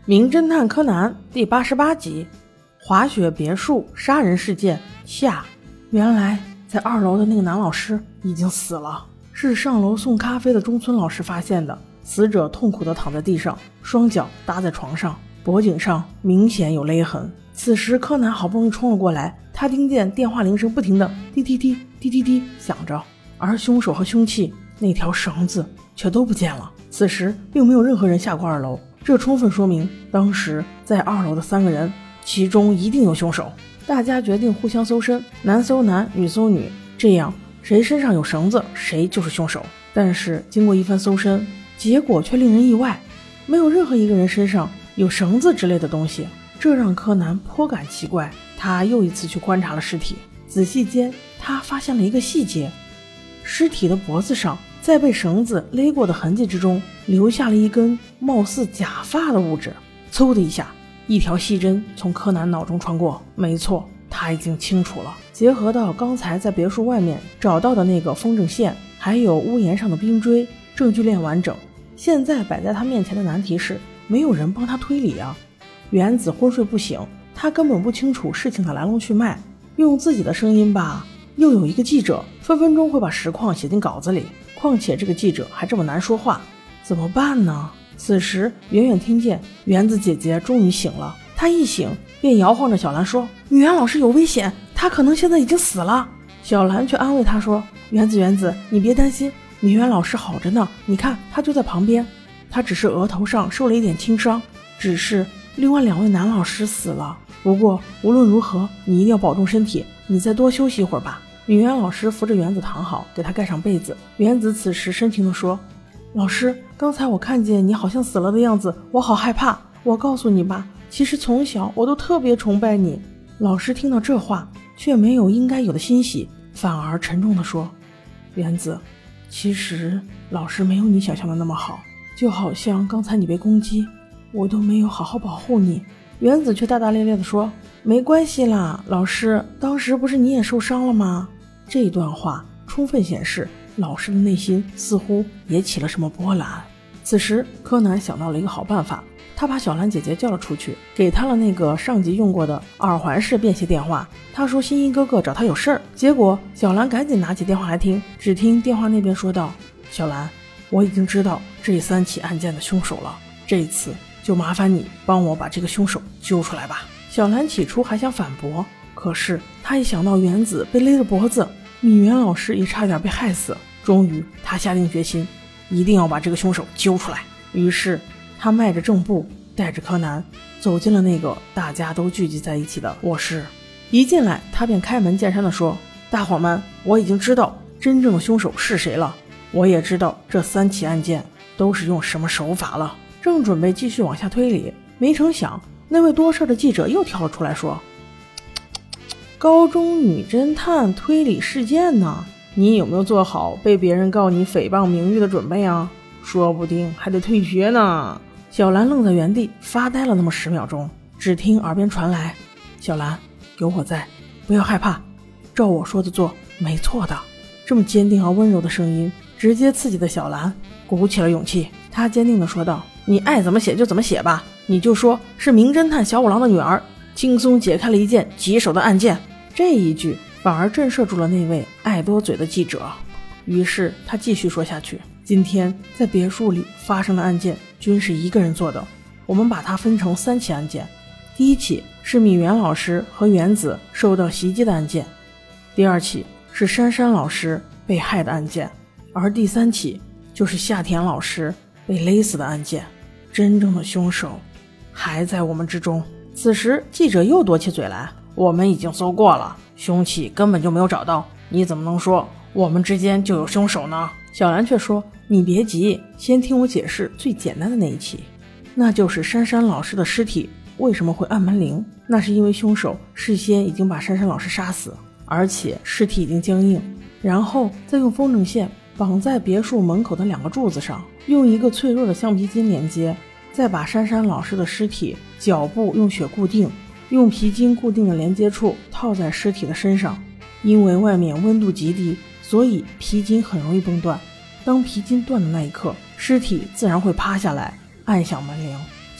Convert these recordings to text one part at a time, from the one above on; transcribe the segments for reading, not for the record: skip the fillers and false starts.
名侦探柯南第88集，滑雪别墅杀人事件下。原来在2楼的那个男老师已经死了，是上楼送咖啡的中村老师发现的。死者痛苦地躺在地上，双脚搭在床上，脖颈上明显有勒痕。此时柯南好不容易冲了过来，他听见电话铃声不停地滴滴滴滴滴滴响着，而凶手和凶器那条绳子却都不见了。此时并没有任何人下过2楼，这充分说明当时在2楼的3个人其中一定有凶手。大家决定互相搜身，男搜男，女搜女，这样谁身上有绳子谁就是凶手。但是经过一番搜身，结果却令人意外，没有任何一个人身上有绳子之类的东西，这让柯南颇感奇怪。他又一次去观察了尸体，仔细间他发现了一个细节，尸体的脖子上在被绳子勒过的痕迹之中留下了一根貌似假发的物质。嗖的一下，一条细针从柯南脑中穿过，没错，他已经清楚了。结合到刚才在别墅外面找到的那个风筝线，还有屋檐上的冰锥，证据链完整。现在摆在他面前的难题是没有人帮他推理啊。原子昏睡不醒，他根本不清楚事情的来龙去脉，用自己的声音吧，又有一个记者分分钟会把实况写进稿子里，况且这个记者还这么难说话，怎么办呢？此时远远听见原子姐姐终于醒了，她一醒便摇晃着小兰说，米原老师有危险，她可能现在已经死了。小兰却安慰她说，原子你别担心，米原老师好着呢，你看他就在旁边，他只是额头上受了一点轻伤，只是另外2位男老师死了。不过无论如何你一定要保重身体，你再多休息一会儿吧。米原老师扶着原子躺好，给他盖上被子。原子此时深情地说，老师，刚才我看见你好像死了的样子，我好害怕。我告诉你吧，其实从小我都特别崇拜你。老师听到这话却没有应该有的欣喜，反而沉重地说，原子，其实老师没有你想象的那么好，就好像刚才你被攻击，我都没有好好保护你。原子却大大咧咧地说，没关系啦，老师，当时不是你也受伤了吗？这段话充分显示老师的内心似乎也起了什么波澜。此时柯南想到了一个好办法，他把小兰姐姐叫了出去，给她了那个上集用过的耳环式便携电话。他说新一哥哥找他有事儿，结果小兰赶紧拿起电话来听，只听电话那边说道，小兰，我已经知道这3起案件的凶手了，这一次就麻烦你帮我把这个凶手揪出来吧。小兰起初还想反驳，可是她一想到原子被勒着脖子，米原老师也差点被害死，终于她下定决心一定要把这个凶手揪出来。于是她迈着正步，带着柯南走进了那个大家都聚集在一起的卧室。一进来她便开门见山地说，大伙们，我已经知道真正的凶手是谁了，我也知道这3起案件都是用什么手法了。正准备继续往下推理，没成想那位多事的记者又跳了出来说，高中女侦探推理事件呢，你有没有做好被别人告你诽谤名誉的准备啊？说不定还得退学呢。小兰愣在原地发呆了那么10秒钟，只听耳边传来，小兰，有我在，不要害怕，照我说的做，没错的。这么坚定而温柔的声音直接刺激的小兰鼓起了勇气，她坚定地说道，你爱怎么写就怎么写吧，你就说是名侦探小五郎的女儿轻松解开了一件棘手的案件。这一句反而震慑住了那位爱多嘴的记者，于是他继续说下去，今天在别墅里发生的案件均是一个人做的，我们把它分成3起案件。第1起是米原老师和原子受到袭击的案件，第2起是珊珊老师被害的案件，而第3起就是夏田老师被勒死的案件。真正的凶手还在我们之中。此时记者又多起嘴来，我们已经搜过了，凶器根本就没有找到，你怎么能说我们之间就有凶手呢？小兰却说，你别急，先听我解释最简单的那一起，那就是珊珊老师的尸体为什么会按门铃，那是因为凶手事先已经把珊珊老师杀死，而且尸体已经僵硬，然后再用风筝线绑在别墅门口的2个柱子上，用一个脆弱的橡皮筋连接，再把珊珊老师的尸体脚部用血固定，用皮筋固定的连接处套在尸体的身上。因为外面温度极低，所以皮筋很容易崩断，当皮筋断的那一刻，尸体自然会趴下来按响门铃。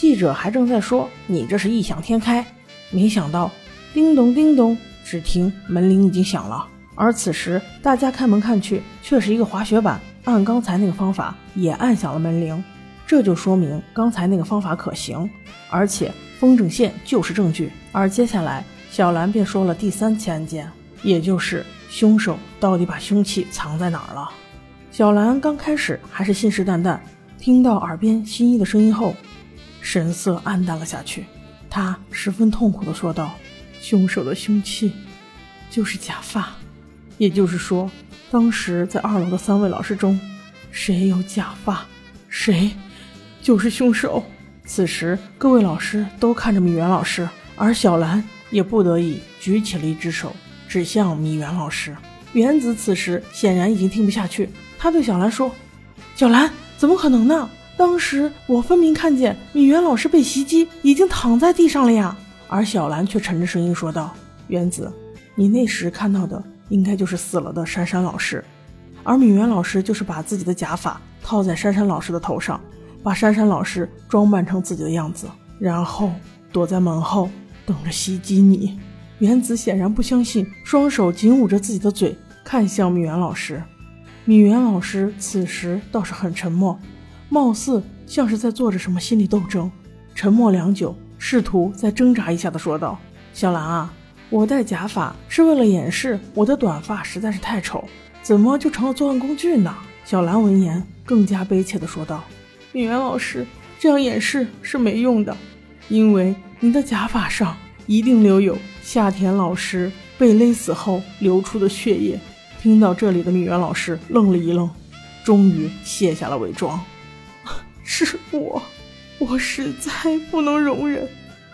记者还正在说你这是异想天开，没想到叮咚叮咚，只听门铃已经响了。而此时大家开门看去，却是一个滑雪板按刚才那个方法也按响了门铃，这就说明刚才那个方法可行，而且风筝线就是证据。而接下来小兰便说了第3起案件，也就是凶手到底把凶器藏在哪儿了。小兰刚开始还是信誓旦旦，听到耳边新一的声音后，神色黯淡了下去。她十分痛苦地说道，凶手的凶器就是假发，也就是说当时在2楼的3位老师中，谁有假发，谁就是凶手。此时各位老师都看着米原老师，而小兰也不得已举起了一只手指向米原老师。原子此时显然已经听不下去，他对小兰说，小兰，怎么可能呢？当时我分明看见米原老师被袭击，已经躺在地上了呀。而小兰却沉着声音说道，原子，你那时看到的应该就是死了的珊珊老师，而米原老师就是把自己的假发套在珊珊老师的头上，把珊珊老师装扮成自己的样子，然后躲在门后等着袭击你。原子显然不相信，双手紧捂着自己的嘴，看向米原老师。米原老师此时倒是很沉默，貌似像是在做着什么心理斗争。沉默良久，试图再挣扎一下的说道，小兰啊，我戴假发是为了掩饰我的短发实在是太丑，怎么就成了作案工具呢？小兰闻言更加悲切的说道，米原老师，这样掩饰是没用的，因为你的假发上一定留有夏田老师被勒死后流出的血液。听到这里的米原老师愣了一愣，终于卸下了伪装。是我实在不能容忍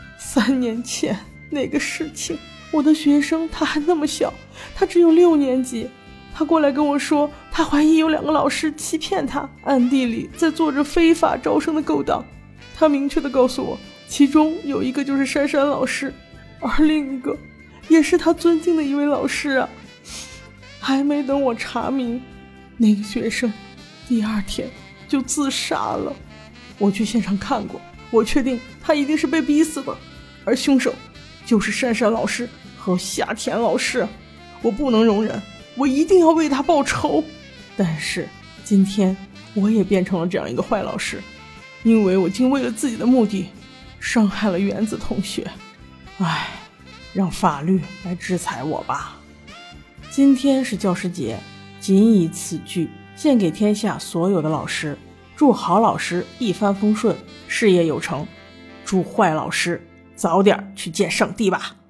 3年前那个事情，我的学生他还那么小，他只有6年级，他过来跟我说，他怀疑有2个老师欺骗他，暗地里在做着非法招生的勾当。他明确地告诉我，其中有一个就是珊珊老师，而另一个也是他尊敬的一位老师啊。还没等我查明，那个学生第2天就自杀了。我去现场看过，我确定他一定是被逼死的，而凶手就是珊珊老师和夏田老师。我不能容忍，我一定要为他报仇。但是今天我也变成了这样一个坏老师，因为我竟为了自己的目的伤害了原子同学。唉，让法律来制裁我吧。今天是教师节，仅以此句献给天下所有的老师，祝好老师一帆风顺，事业有成，祝坏老师早点去见上帝吧。